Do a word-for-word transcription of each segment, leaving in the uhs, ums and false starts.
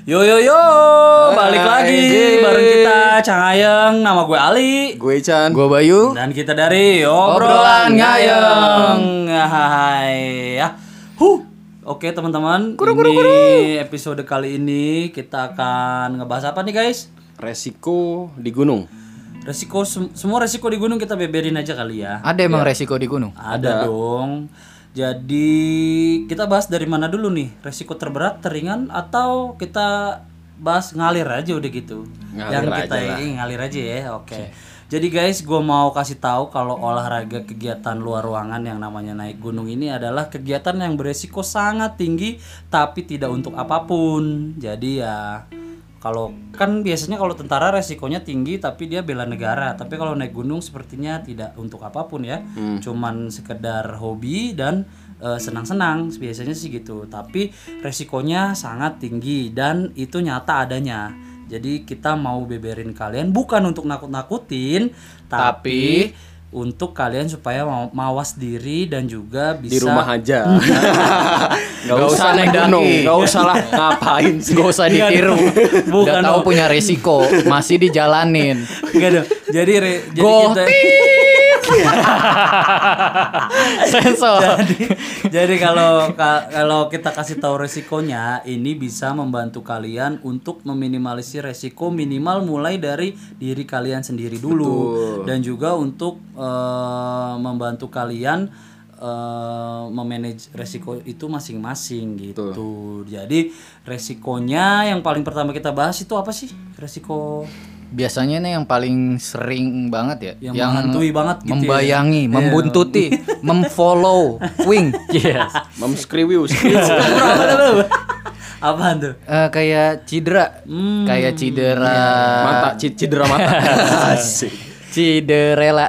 Yo yo yo, balik lagi bareng kita Cang Ayeng, nama gue Ali, gue Chan, gue Bayu, dan kita dari Obrolan Ngayeng. Hai ya, huh. Oke teman-teman, ini episode kali ini kita akan ngebahas apa nih guys? Resiko di gunung. Resiko sem- semua resiko di gunung kita beberin aja kali ya. Ada emang resiko di gunung? Ada, Ada dong. Jadi kita bahas dari mana dulu nih? Resiko terberat, teringan, atau kita bahas ngalir aja udah gitu? Ngalir Yang aja kita lah. ini ngalir aja ya, oke. Okay. Jadi guys, gue mau kasih tahu kalau olahraga kegiatan luar ruangan yang namanya naik gunung ini adalah kegiatan yang beresiko sangat tinggi, tapi tidak untuk apapun. Jadi ya, kalau kan biasanya kalau tentara resikonya tinggi tapi dia bela negara, tapi kalau naik gunung sepertinya tidak untuk apapun ya, hmm. cuman sekedar hobi dan e, senang-senang biasanya sih gitu. Tapi resikonya sangat tinggi dan itu nyata adanya. Jadi kita mau beberin kalian bukan untuk nakut-nakutin, tapi, tapi untuk kalian supaya mau mawas diri dan juga bisa di rumah aja. Gak usah naik gunung, gak usah lah ngapain sih. Gak usah ditiru. Udah tahu punya resiko, masih dijalanin. Enggak dong. Jadi re, jadi Go kita sensor. jadi jadi kalau kalau kita kasih tahu resikonya, ini bisa membantu kalian untuk meminimalisir resiko minimal mulai dari diri kalian sendiri dulu. Betul. Dan juga untuk uh, membantu kalian uh, memanage resiko itu masing-masing gitu. Betul. Jadi resikonya yang paling pertama kita bahas itu apa sih? Resiko biasanya nih yang paling sering banget ya, yang, yang menghantui banget gitu, membayangi, ya? membuntuti, memfollow, wing, yes, memskriwiu, apaan tuh? Uh, kayak cedera, hmm, kayak cedera ya. Mata, c- cedera mata, ciderela.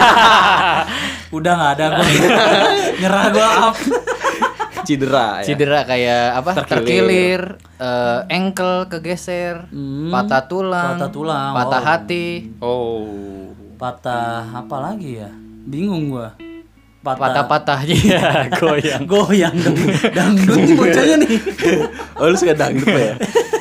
Udah nggak ada gue, nyerah gue up. Cedera, ya. Cedera kayak apa? Terkilir, Terkilir uh, ankle kegeser, hmm, patah tulang, patah tulang, patah oh. hati, oh, patah apa lagi ya? Bingung gua. Patah-patah ya, goyang, goyang dong, dangdut nih bocahnya nih. Oh lu suka dangdut ya?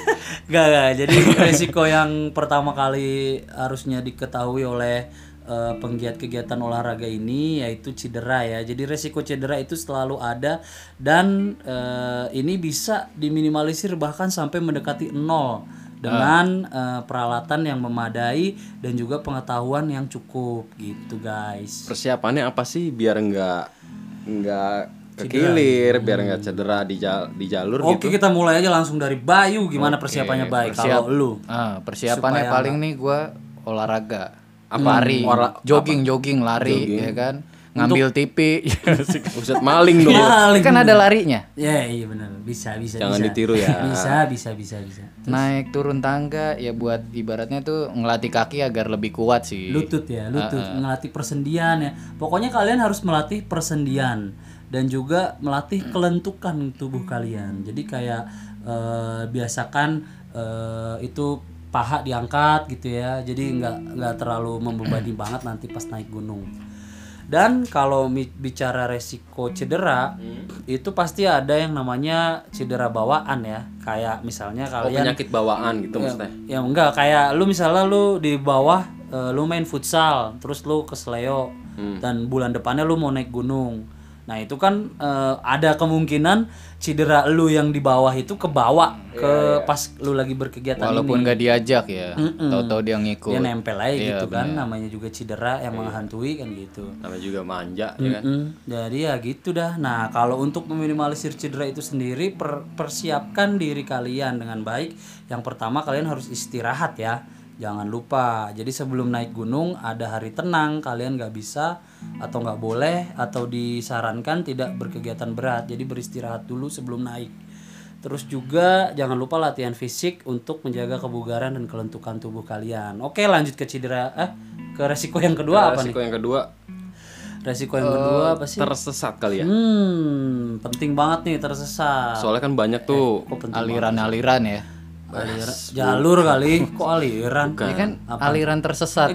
Gak gak. Jadi resiko yang pertama kali harusnya diketahui oleh Uh, penggiat kegiatan olahraga ini yaitu cedera ya. Jadi resiko cedera itu selalu ada dan uh, ini bisa diminimalisir bahkan sampai mendekati nol dengan uh. Uh, peralatan yang memadai dan juga pengetahuan yang cukup gitu guys. Persiapannya apa sih biar nggak nggak kekilir, biar nggak cedera di, jal, di jalur Oke, gitu. Oke, kita mulai aja langsung dari Bayu. Gimana okay, persiapannya Bayu kalau lu? Ah, persiapannya Supaya paling enggak. nih gua olahraga. Apa? Lari, Ora, jogging, apa? jogging, lari, jogging. Ya kan? Ngambil T V. Buset, maling dong. Maling. Kan ada larinya. Ya, iya benar. Bisa, bisa, Jangan bisa. ditiru ya. Bisa, bisa, bisa, bisa. Terus? Naik turun tangga ya buat ibaratnya tuh ngelatih kaki agar lebih kuat sih. Lutut ya, lutut, uh-uh. ngelatih persendian ya. Pokoknya kalian harus melatih persendian dan juga melatih kelentukan tubuh kalian. Jadi kayak uh, biasakan uh, itu paha diangkat gitu ya, jadi nggak nggak terlalu membebani banget nanti pas naik gunung. Dan kalau bicara resiko cedera, hmm. itu pasti ada yang namanya cedera bawaan ya, kayak misalnya kalian oh, penyakit bawaan gitu ya, maksudnya. Ya enggak, kayak lu misalnya lu di bawah uh, lu main futsal, terus lu kesleo hmm. dan bulan depannya lu mau naik gunung. Nah itu kan uh, ada kemungkinan cedera lu yang di bawah itu kebawa yeah, ke yeah. pas lu lagi berkegiatan. Walaupun ini. Walaupun gak diajak ya, Mm-mm. tahu-tahu dia ngikut. Dia nempel aja yeah, gitu kan, bener. namanya juga cedera yang yeah. menghantui kan gitu. Namanya juga manja Mm-mm. ya kan. Jadi ya gitu dah. Nah kalau untuk meminimalisir cedera itu sendiri, per- persiapkan diri kalian dengan baik. Yang pertama kalian harus istirahat ya. Jangan lupa, jadi sebelum naik gunung ada hari tenang, kalian gak bisa atau gak boleh atau disarankan tidak berkegiatan berat. Jadi beristirahat dulu sebelum naik. Terus juga jangan lupa latihan fisik untuk menjaga kebugaran dan kelentukan tubuh kalian. Oke, lanjut ke cedera, eh ke resiko yang kedua ke apa resiko nih? Resiko yang kedua Resiko yang uh, kedua apa sih? Tersesat kali ya. Hmm, penting banget nih tersesat. Soalnya kan banyak tuh eh, aliran-aliran ya. Aliran, jalur kali, kok aliran? Ini kan apa? Aliran tersesat.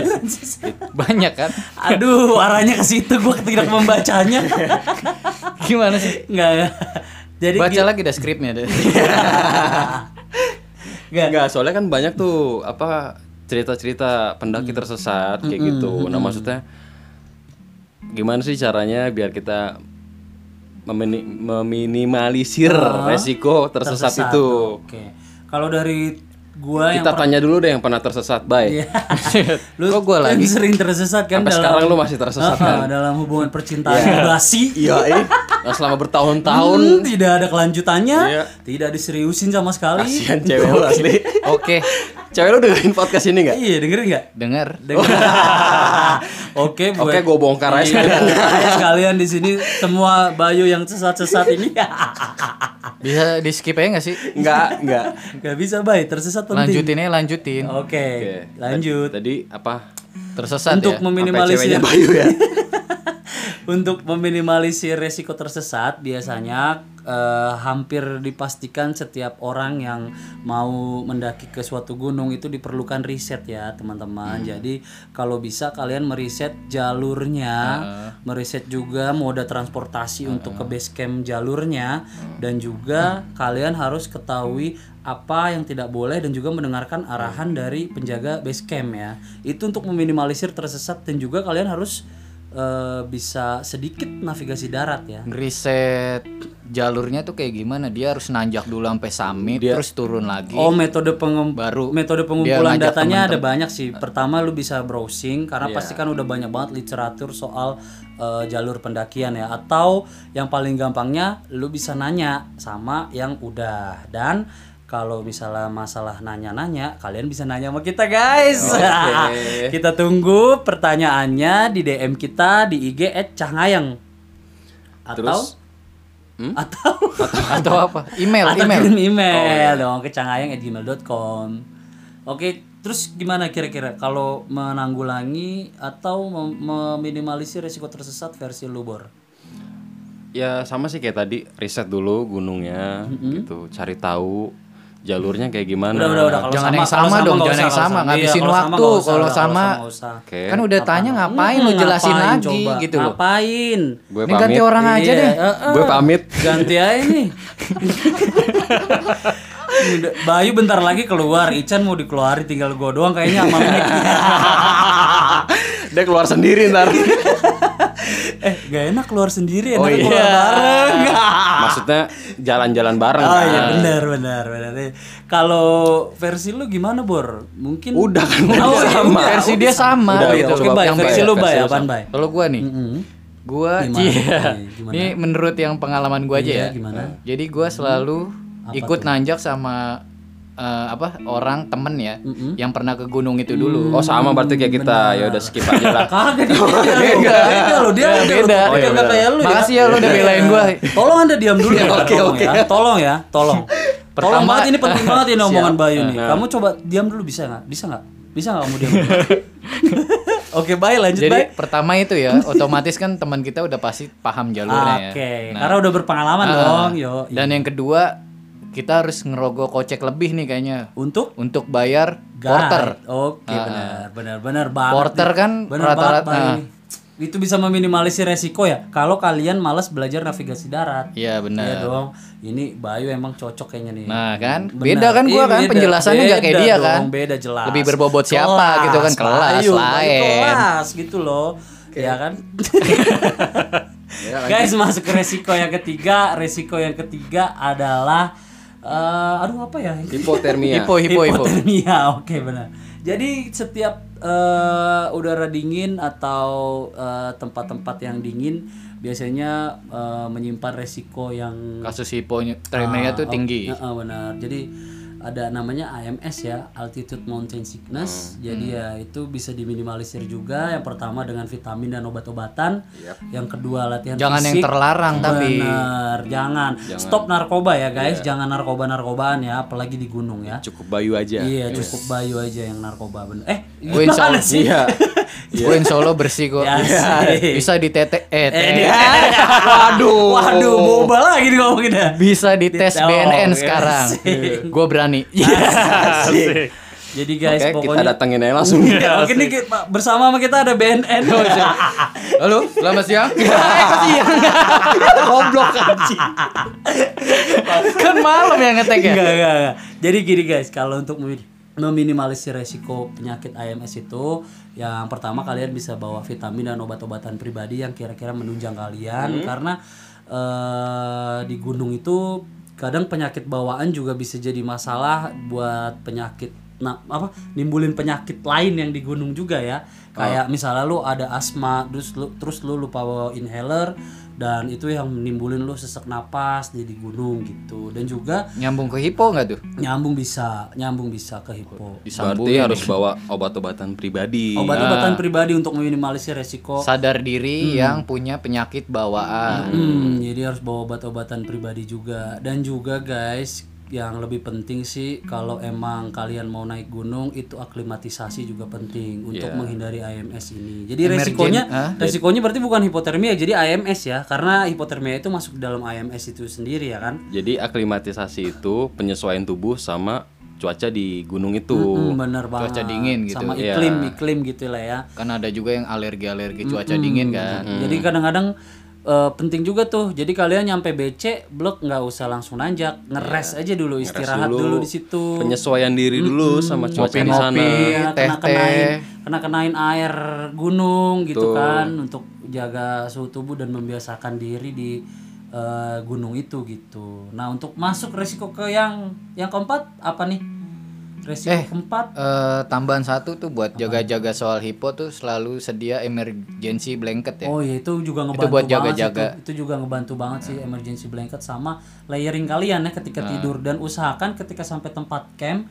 Banyak kan? Aduh, arahnya ke situ, gue tidak membacanya. Gimana sih? Enggak. Jadi baca gitu. lagi dah skripnya deh. Enggak, soalnya kan banyak tuh apa cerita-cerita pendaki tersesat kayak gitu. Nah, maksudnya gimana sih caranya biar kita memini- meminimalisir resiko tersesat, itu? Oke. Kalau dari gua yang Kita tanya dulu deh yang pernah tersesat, Bay. Iya. Lu Kok gua yang lagi? sering tersesat kan Sampai dalam sekarang lu masih tersesat Ah, kan? dalam hubungan percintaan basi. Iya, eh. Nah, selama bertahun-tahun Hmm, tidak ada kelanjutannya, Iya. tidak diseriusin sama sekali. kasihan cewek lu asli. Oke, Cewek lu dengerin podcast ini enggak? Iya, dengerin nggak? dengar. Dengerin. Oke, buat Oke, gua bongkar aja Iya, sekalian. aja sekalian di sini semua Bayu yang sesat-sesat ini. Bisa di skip aja nggak sih? Enggak, enggak. Gak bisa, Bay, tersesat penting. Lanjutin aja, lanjutin. Oke, Oke. lanjut. Tadi apa? Tersesat Untuk ya. meminimalisir Sampai ceweknya Bayu ya. Untuk meminimalisir resiko tersesat, biasanya eh, hampir dipastikan setiap orang yang mau mendaki ke suatu gunung itu diperlukan riset ya teman-teman. Jadi kalau bisa kalian meriset jalurnya, meriset juga moda transportasi untuk ke base camp jalurnya, dan juga kalian harus ketahui apa yang tidak boleh dan juga mendengarkan arahan dari penjaga base camp ya. Itu untuk meminimalisir tersesat, dan juga kalian harus eh, bisa sedikit navigasi darat ya. Riset jalurnya tuh kayak gimana? Dia harus nanjak dulu sampai summit, terus turun lagi. Oh, metode pengum Baru metode dia pengumpulan ngajak datanya ada temen-temen. banyak sih. Pertama lu bisa browsing karena Iya. pasti kan udah banyak banget literatur soal eh, jalur pendakian ya. Atau yang paling gampangnya lu bisa nanya sama yang udah. Dan kalau misalnya masalah nanya-nanya, kalian bisa nanya sama kita guys. Oke. Kita tunggu pertanyaannya di D M kita di I G et cahngayang. Atau Terus? Hmm? atau Atau apa? Email, atau email. kirim email dong ke cahngayang at gmail dot com. Oke, terus gimana kira-kira kalau menanggulangi atau mem- meminimalisir resiko tersesat versi lu, Bor? Ya sama sih kayak tadi, riset dulu gunungnya gitu, cari tahu jalurnya kayak gimana. Udah, udah, udah. Kalau Jangan sama- yang kalau sama dong, nggak jangan usah, yang nggak sama, usah. ngabisin Iya, kalau sama waktu. nggak usah, Kalau udah, sama, nggak usah. Oke. Kan udah tanya ngapain lu jelasin Ngapain lagi coba? gitu loh. Ngapain? Gue Ini ganti pamit. orang aja Iya, deh. eh, eh. Gue pamit. Ganti aja nih. Udah, Bayu bentar lagi keluar, Ican mau dikeluarin, tinggal gue doang kayaknya sama Mik. Dia keluar sendiri ntar. Eh, gak enak keluar sendiri, enak Oh, iya. keluar bareng. Maksudnya jalan-jalan bareng Oh kan. iya benar benar benar. Kalau versi lu gimana, Bor? Mungkin Udah kan, Oh, iya, sama. udah. Versi dia sama Udah, gitu. Oke, coba Bay, yang versi Bay, lu versi Bay, lu apaan, sama. Bay? Kalau gua nih, Mm-mm. gua Gimana? iya. Gimana? Ini menurut yang pengalaman gua aja Iya, ya. gimana? Jadi gua selalu Apa ikut tuh? nanjak sama eh, apa orang temen ya yang pernah ke gunung itu dulu. Oh sama berarti kayak kita. Ya udah skip aja lah. Kagak dia beda, beda lo dia Beda, beda. Oh, iya, kagak benar. kayak lu ya. Makasih ya lu udah belain gua. Tolong Anda diam dulu ya. Oke, tolong oke. ya. Tolong ya, tolong. tolong Pertama- banget ini penting banget ini omongan Bayu nih. Nah. Kamu coba diam dulu bisa nggak? Bisa nggak? Bisa nggak kamu diam dulu? Oke, Bay, lanjut, Jadi Bay. pertama itu ya, otomatis kan teman kita udah pasti paham jalurnya ya. Oke, Nah, karena udah berpengalaman ah, dong, yo. Dan yang kedua, kita harus ngerogoh kocek lebih nih kayaknya Untuk untuk bayar Guide. porter. Oke, Ah. benar, benar, benar banget. Porter nih. kan benar rata-rata- banget, Bay. nah. Itu bisa meminimalisir resiko ya. Kalau kalian malas belajar navigasi darat. Iya benar. Iya dong. Ini Bayu emang cocok kayaknya nih. Nah kan, Benar. beda kan gua Iya, kan beda. penjelasannya nggak kayak Beda dia dong, kan. Beda jelas. Lebih berbobot siapa gitu kan, kelas Bayu, Bayu lain. kelas gitu loh. Ya kan? Guys, masuk ke resiko yang ketiga. Resiko yang ketiga adalah eh, aduh apa ya? Hipotermia. Hipo, hipo, hipo. Hipotermia. Oke, benar. Jadi setiap eh, udara dingin atau eh, tempat-tempat yang dingin biasanya eh, menyimpan resiko yang Kasus hipotermia Ah, tuh tinggi. oh, ah, benar. Jadi ada namanya A M S ya, altitude mountain sickness. Jadi ya itu bisa diminimalisir juga. Yang pertama dengan vitamin dan obat-obatan. Yang kedua latihan Jangan yang fisik. terlarang tapi. Benar, jangan. Stop narkoba ya guys, jangan narkoba-narkobaan ya, apalagi di gunung ya. Cukup Bayu aja. Iya, cukup Bayu aja yang narkoba bener. Eh, Gue insya gimana Allah- sih? Iya. Gue insya Allah bersih kok. Ya, sih. Bisa ditete eh, Eh, te- dia- waduh, waduh, boba lagi nih ngomongin dah. bisa dites Oh, B N N iya, sekarang. asik. Gue berani. Asik. Jadi guys, Oke, pokoknya kita datengin aja langsung. Ya, oke nih kita- bersama sama kita ada B N N. Halo, selamat siang. Eh, kok siang? Goblok anjing. Kan malam yang ngetek ya. Enggak, enggak, enggak. Jadi gini guys, kalau untuk memi- meminimalisir resiko penyakit A M S itu, yang pertama kalian bisa bawa vitamin dan obat-obatan pribadi yang kira-kira menunjang kalian karena eh, di gunung itu kadang penyakit bawaan juga bisa jadi masalah buat penyakit nah apa nimbulin penyakit lain yang di gunung juga ya. Kayak misalnya lu ada asma terus lu terus lu lupa bawa inhaler dan itu yang menimbulin lu sesak napas di di gunung gitu. Dan juga Nyambung ke hipo enggak tuh? nyambung bisa nyambung bisa ke hipo. Berarti harus bawa obat-obatan pribadi. Obat-obatan pribadi untuk meminimalisir resiko. Sadar diri yang punya penyakit bawaan. Hmm, jadi harus bawa obat-obatan pribadi juga. Dan juga guys, yang lebih penting sih kalau emang kalian mau naik gunung itu aklimatisasi juga penting untuk menghindari A M S ini. Jadi Emergen- resikonya Hah? resikonya berarti bukan hipotermia jadi A M S ya, karena hipotermia itu masuk dalam A M S itu sendiri ya kan. Jadi aklimatisasi itu penyesuaian tubuh sama cuaca di gunung itu. Hmm, bener banget. Cuaca dingin gitu. Sama Iya. iklim iklim gitu lah ya. Kan ada juga yang alergi-alergi cuaca dingin kan. Jadi kadang-kadang eh, penting juga tuh. Jadi kalian nyampe B C blok nggak usah langsung nanjak, ngeres aja dulu, istirahat dulu, di situ. Penyesuaian diri dulu sama cuaca di sana. Iya, teh kena kenain kena kenain air gunung gitu kan untuk jaga suhu tubuh dan membiasakan diri di eh, gunung itu gitu. Nah, untuk masuk resiko ke yang yang keempat apa nih? Resiko Eh, keempat Eh, tambahan satu tuh buat jaga-jaga soal hipo tuh selalu sedia emergency blanket ya. Oh iya itu juga ngebantu buat banget jaga-jaga. sih, itu, itu juga ngebantu banget sih emergency blanket sama layering kalian ya ketika tidur dan usahakan ketika sampai tempat camp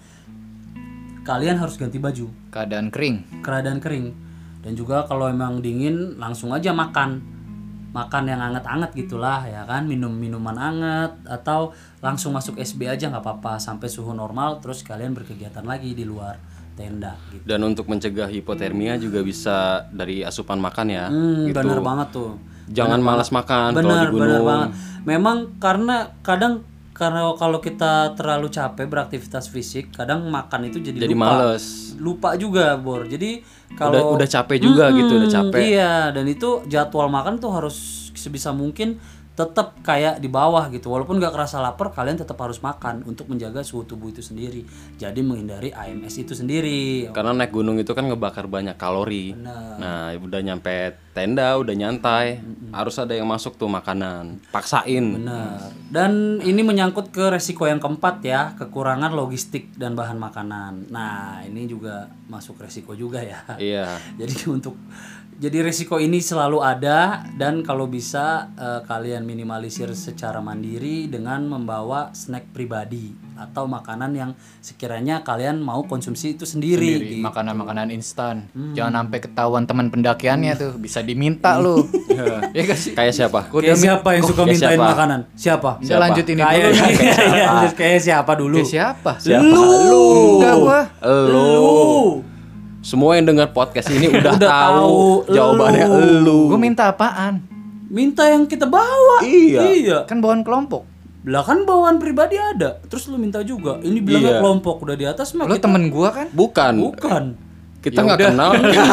kalian harus ganti baju Keadaan kering. keadaan kering dan juga kalau emang dingin langsung aja makan makan yang anget-anget gitulah ya kan minum minuman anget atau langsung masuk S B aja nggak apa-apa sampai suhu normal terus kalian berkegiatan lagi di luar tenda gitu. Dan untuk mencegah hipotermia juga bisa dari asupan makan ya. Hmm, gitu. bener banget tuh. Jangan malas makan kalau di Bener, gunung. bener banget. Memang karena kadang karena kalau kita terlalu capek beraktivitas fisik, kadang makan itu jadi, Jadi lupa. males. Lupa juga, Bor. Jadi Udah, kalau udah capek juga gitu, udah capek. Iya, dan itu jadwal makan tuh harus sebisa mungkin tetap kayak di bawah gitu. Walaupun nggak kerasa lapar, kalian tetap harus makan untuk menjaga suhu tubuh itu sendiri. Jadi menghindari A M S itu sendiri. Karena naik gunung itu kan ngebakar banyak kalori. Benar. Nah, udah nyampe tenda, udah nyantai, harus ada yang masuk tuh makanan. Paksain. Benar. Dan ini menyangkut ke resiko yang keempat ya, kekurangan logistik dan bahan makanan. Nah, ini juga masuk resiko juga ya. Iya. Jadi untuk jadi resiko ini selalu ada dan kalau bisa eh, kalian minimalisir secara mandiri dengan membawa snack pribadi atau makanan yang sekiranya kalian mau konsumsi itu sendiri. Sendiri, gitu. makanan-makanan instan. Jangan sampai ketahuan teman pendakiannya tuh, bisa diminta lu. Ya gak sih? Kayak siapa? Kayak siapa yang suka Kayak mintain siapa? makanan? Siapa? Udah lanjut ini Kayak dulu. iya, lanjut kayak siapa dulu? Kayak siapa? Siapa? Lu. Enggak gua. Lu. Semua yang dengar podcast ini udah, Udah tahu, tahu, jawabannya lu. Gua lu. minta apaan? Minta yang kita bawa. Iya. Iya. Kan bawaan kelompok. Lah kan bawaan pribadi ada. Terus lu minta juga. Ini bilangnya Iya. kelompok udah di atas mah Lu kita- temen gua kan? Bukan. Bukan. Kita Ya nggak udah. kenal.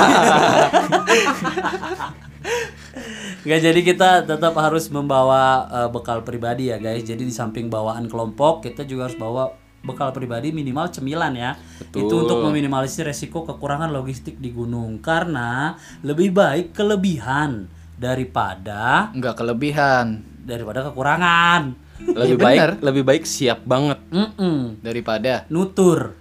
Nggak, jadi kita tetap harus membawa eh, bekal pribadi ya guys. Jadi di samping bawaan kelompok, kita juga harus bawa bekal pribadi minimal cemilan ya. Itu untuk meminimalisir resiko kekurangan logistik di gunung. Karena lebih baik kelebihan daripada Enggak kelebihan. daripada kekurangan. lebih Iya, baik, bener. lebih baik siap banget. Mm-mm. Daripada Nutur.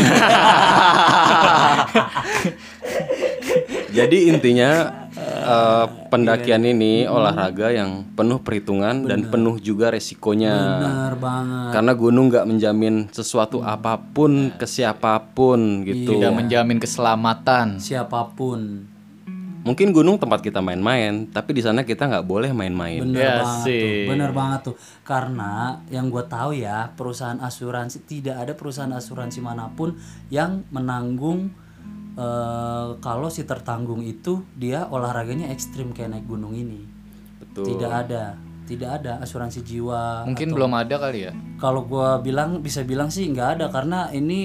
Jadi intinya eh, pendakian ini olahraga yang penuh perhitungan dan penuh juga resikonya. Benar banget. Karena gunung nggak menjamin sesuatu apapun ke siapapun gitu. tidak menjamin keselamatan. Siapapun. Mungkin gunung tempat kita main-main, tapi di sana kita nggak boleh main-main. Bener Ya banget sih. tuh, bener banget tuh. Karena yang gue tahu ya, perusahaan asuransi tidak ada perusahaan asuransi manapun yang menanggung eh, kalau si tertanggung itu dia olahraganya ekstrim kayak naik gunung ini. Betul. Tidak ada, tidak ada asuransi jiwa. Mungkin belum ada kali ya. Kalau gue bilang bisa bilang sih nggak ada karena ini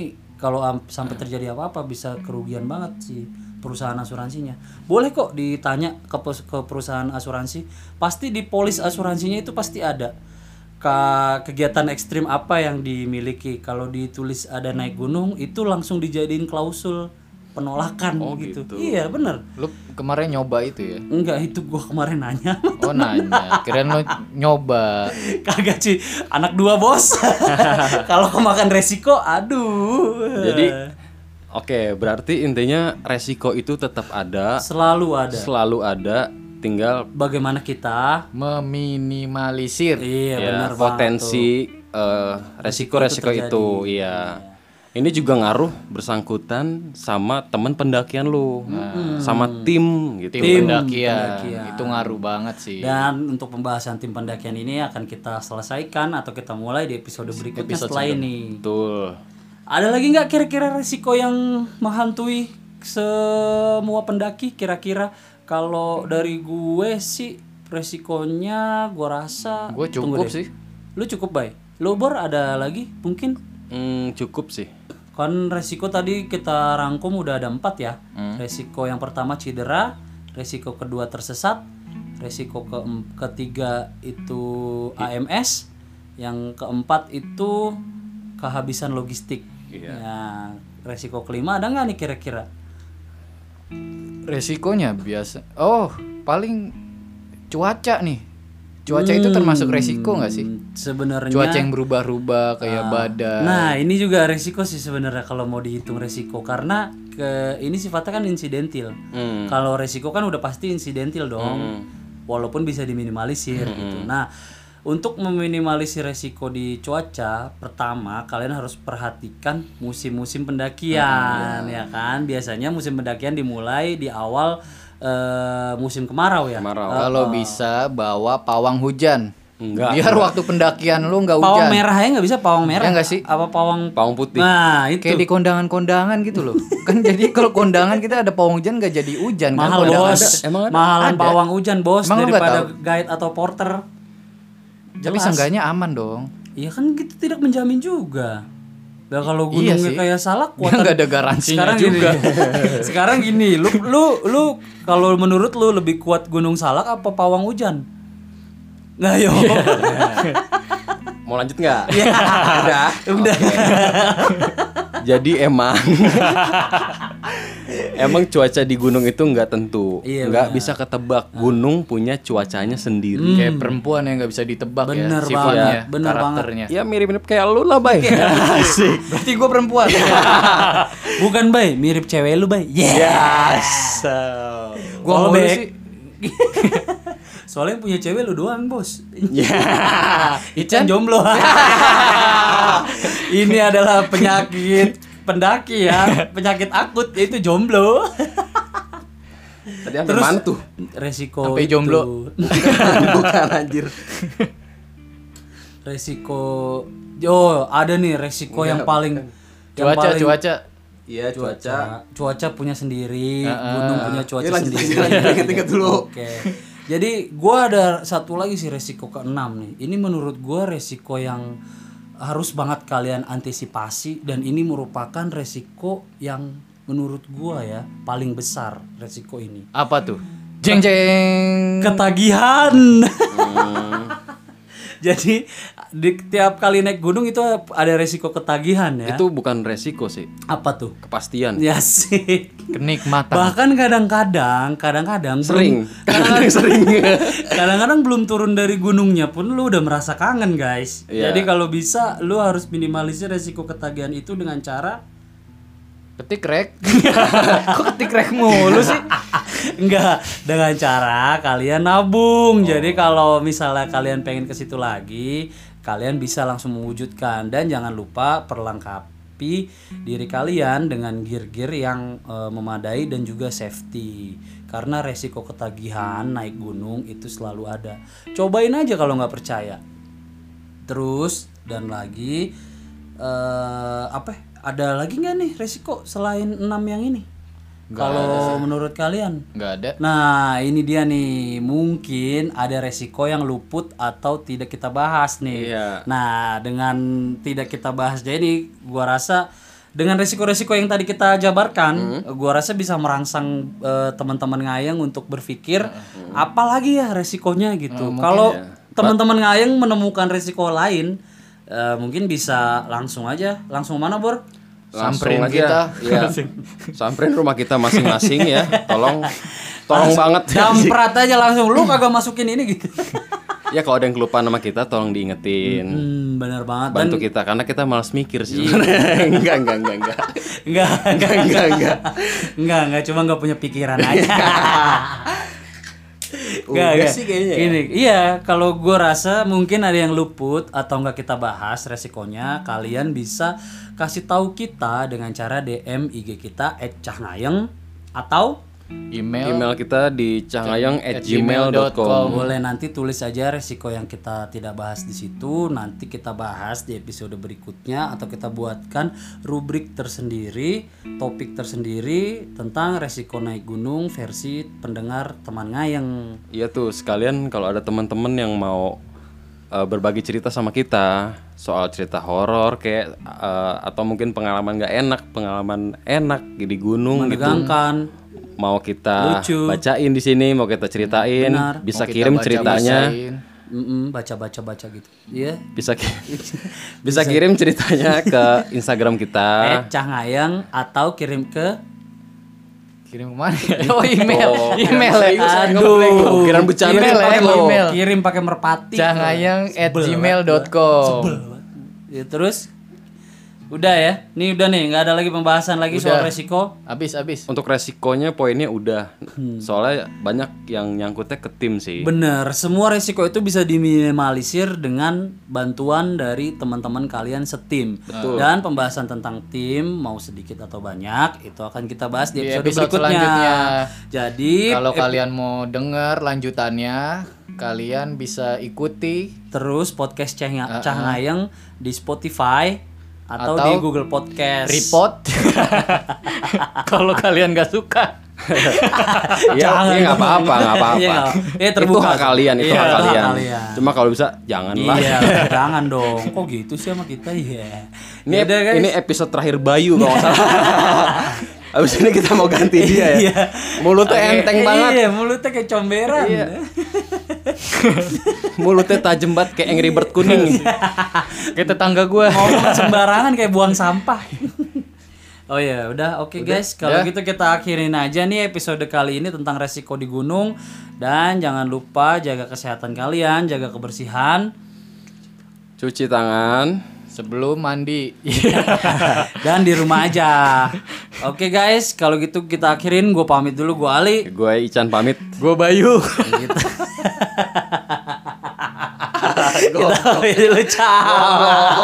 kalau am- sampai terjadi apa-apa bisa kerugian banget sih perusahaan asuransinya. Boleh kok ditanya ke, pes- ke perusahaan asuransi, pasti di polis asuransinya itu pasti ada Ka- kegiatan ekstrim apa yang dimiliki. Kalau ditulis ada naik gunung itu langsung dijadiin klausul penolakan Oh, gitu. gitu. Iya bener. Lu kemarin nyoba itu ya? Enggak, itu gua kemarin nanya. Oh nanya, kirain lu nyoba. Kagak sih, anak dua bos. Kalau kemakan resiko, aduh. Jadi oke, berarti intinya resiko itu tetap ada, selalu ada. selalu ada, tinggal Bagaimana kita? Meminimalisir. Iya, ya, benar potensi eh, resiko-resiko terjadi. itu, iya. Ini juga ngaruh bersangkutan sama teman pendakian lu, sama tim gitu. Tim, pendakian. pendakian. Itu ngaruh banget sih. Dan untuk pembahasan tim pendakian ini akan kita selesaikan atau kita mulai di episode berikutnya Episode setelah ini. Betul. Ada lagi nggak kira-kira resiko yang menghantui semua pendaki? Kira-kira kalau dari gue sih resikonya gue rasa. Gue Tunggu cukup deh. sih. Lu cukup Bay. Lu Bor ada lagi mungkin? Hmm, cukup sih. Kan resiko tadi kita rangkum udah ada empat ya. Hmm. Resiko yang pertama cedera, resiko kedua tersesat, resiko ke ketiga itu A M S, yang keempat itu kehabisan logistik. Iya. Ya, resiko kelima ada nggak nih kira-kira? Resikonya biasa. Oh, paling cuaca nih. Cuaca itu termasuk resiko nggak sih? Hmm, Sebenarnya. Cuaca yang berubah-ubah kayak badai. Nah, ini juga resiko sih sebenarnya kalau mau dihitung resiko karena ke ini sifatnya kan insidentil. Hmm. Kalau resiko kan udah pasti insidentil dong. Walaupun bisa diminimalisir gitu. Nah, untuk meminimalisir resiko di cuaca, pertama kalian harus perhatikan musim-musim pendakian ya kan. Biasanya musim pendakian dimulai di awal eh, musim kemarau ya. Kemarau. Kalau bisa bawa pawang hujan. Enggak. Biar waktu pendakian lu nggak Pawang hujan. merah ya nggak bisa pawang merah. Ya nggak sih? Apa pawang Pawang putih. Nah, itu. Kayak di kondangan-kondangan gitu loh. Kan jadi kalau kondangan kita ada pawang hujan nggak jadi hujan kan? Mahal Kondangan bos, ada. Emang ada? mahalan Ada. pawang hujan bos Emang lu nggak daripada tahu? guide atau porter. Tapi Jelas. seenggaknya aman dong. Iya kan gitu tidak menjamin juga. Nah kalau Iya gunungnya sih. kayak salak, Dia nggak ada garansinya sekarang juga. Gini, sekarang gini, lu lu lu kalau menurut lu lebih kuat gunung salak apa pawang hujan? Nah yo. Mau lanjut nggak? Ya, Udah. udah. Jadi emang emang cuaca di gunung itu nggak tentu, Iya, nggak benar. bisa ketebak. Gunung punya cuacanya sendiri. Kayak perempuan yang nggak bisa ditebak Bener ya sifatnya, banget, bener karakternya. Ya mirip-mirip kayak lu lah, Bay. Asik. Berarti gue perempuan. Bukan bay, mirip cewek lu bay. Yes. Gua Callback. mulu sih. Soalnya yang punya cewek lu doang bos. Ya. Ican jomblo. Ini adalah penyakit pendaki ya, penyakit akut yaitu jomblo. Tadi hampir mantu. Resiko Sampai itu- jomblo. Bukan anjir. Resiko oh ada nih resiko yang paling yang Cuaca, paling- cuaca. Iya, cuaca cuaca punya sendiri, gunung punya cuaca Ya, lanjut, sendiri. lanjut, lanjut, ingat-ingat dulu. Oke. Jadi gua ada satu lagi sih resiko keenam nih. Ini menurut gua resiko yang harus banget kalian antisipasi dan ini merupakan resiko yang menurut gua ya paling besar resiko ini. Apa tuh? Jeng jeng. Ketagihan. Jadi di tiap kali naik gunung itu ada resiko ketagihan ya. Itu bukan resiko sih, Apa tuh? kepastian. Ya sih. Kenikmatan. Bahkan kadang-kadang, kadang-kadang Sering. belum- kadang-kadang sering. Kadang-kadang belum turun dari gunungnya pun lu udah merasa kangen, guys. Iya. Jadi kalau bisa lu harus minimalisir resiko ketagihan itu dengan cara Ketik rek. Kok ketik rek mulu sih? enggak, dengan cara kalian nabung. Jadi kalau misalnya kalian pengen ke situ lagi, kalian bisa langsung mewujudkan dan jangan lupa perlengkapi diri kalian dengan gear-gear yang eh, memadai dan juga safety. Karena resiko ketagihan naik gunung itu selalu ada. Cobain aja kalau nggak percaya. Terus dan lagi eh apa? Ada lagi nggak nih resiko selain enam yang ini? Kalau menurut kalian? Nggak ada. Nah ini dia nih, mungkin ada resiko yang luput atau tidak kita bahas nih. Iya. Nah dengan tidak kita bahas jadi gua rasa dengan resiko-resiko yang tadi kita jabarkan, gua rasa bisa merangsang eh, teman-teman ngayeng untuk berpikir apalagi ya resikonya gitu. Kalau teman-teman ngayeng menemukan resiko lain, eh, mungkin bisa langsung aja, langsung mana Bor? Langsung Samperin aja. kita. Iya. Samperin rumah kita masing-masing ya. Tolong tolong banget. Damprat aja langsung, lu kagak masukin ini gitu. Ya kalau ada yang kelupaan nama kita tolong diingetin. Hmm, benar banget. Bantu kita karena kita malas mikir sih sebenarnya. enggak, enggak, enggak, enggak. Enggak, Enggak, enggak, enggak. enggak, enggak, cuma enggak punya pikiran aja. Enggak, Udah enggak. sih kayaknya ya. Gini, iya, kalau gue rasa mungkin ada yang luput atau enggak kita bahas resikonya, kalian bisa kasih tahu kita dengan cara D M I G kita et cahnayeng atau Email, Email kita di cahngayeng at gmail dot com. boleh nanti tulis aja resiko yang kita tidak bahas di situ, nanti kita bahas di episode berikutnya atau kita buatkan rubrik tersendiri, topik tersendiri tentang resiko naik gunung versi pendengar teman ngayeng. Iya tuh, sekalian kalau ada teman-teman yang mau uh, berbagi cerita sama kita soal cerita horor kayak uh, atau mungkin pengalaman nggak enak, pengalaman enak di gunung gitu. Menegangkan. Mau kita Lucu. bacain di sini, mau kita ceritain, Benar. bisa Mau kita kirim baca- ceritanya. bacain. Mm-mm, baca-baca baca gitu. Iya. Bisa ki- bisa kirim ceritanya ke Instagram kita. Et cahnayeng atau kirim ke Kirim kemana? Oh email, Oh, email ya. Aduh, Kirain bercanda kirim email pakai ya, mer- email. kirim pakai merpati. Cahnayeng at Sebel gmail dot banget com. gua. Sebel banget. Ya, terus udah ya. Nih udah nih, nggak ada lagi pembahasan lagi soal Udah. resiko. Habis habis. Untuk resikonya poinnya udah. Hmm. Soalnya banyak yang nyangkutnya ke tim sih. Bener, semua resiko itu bisa diminimalisir dengan bantuan dari teman-teman kalian setim. Dan pembahasan tentang tim mau sedikit atau banyak itu akan kita bahas di Di episode, episode berikutnya. selanjutnya. Jadi Kalau ep- kalian mau dengar lanjutannya, kalian bisa ikuti terus podcast Cah- Cahnayeng di Spotify atau, Atau di Google Podcast. report. Kalau kalian nggak suka, Iya, Jangan. iya nggak apa-apa, nggak apa-apa. Iya, nggak- eh, Itu terbuka. hak kalian, itu Iya, hak itu hak kalian. kalian. Cuma kalau bisa janganlah. Iya, jangan dong. Kok gitu sih sama kita ya? Ini Yaudah, guys. ini episode terakhir Bayu kalau nggak salah. Abis ini kita mau ganti dia ya. Iya. Mulutnya Oke. enteng banget. Iya, mulutnya kayak comberan. Iya. Mulutnya tajam banget kayak Angry Bird kuning. kayak tetangga gue. Ngomong sembarangan kayak buang sampah. Oh ya, udah oke guys. Kalau Udah. gitu kita akhirin aja nih episode kali ini tentang resiko di gunung, dan jangan lupa jaga kesehatan kalian, jaga kebersihan, Cuci tangan. Sebelum mandi. dan di rumah aja. Oke guys, kalau gitu kita akhirin. Gue pamit dulu, gue Ali. Gue Ican pamit. Gue Bayu. Kita pamit dulu, ciao.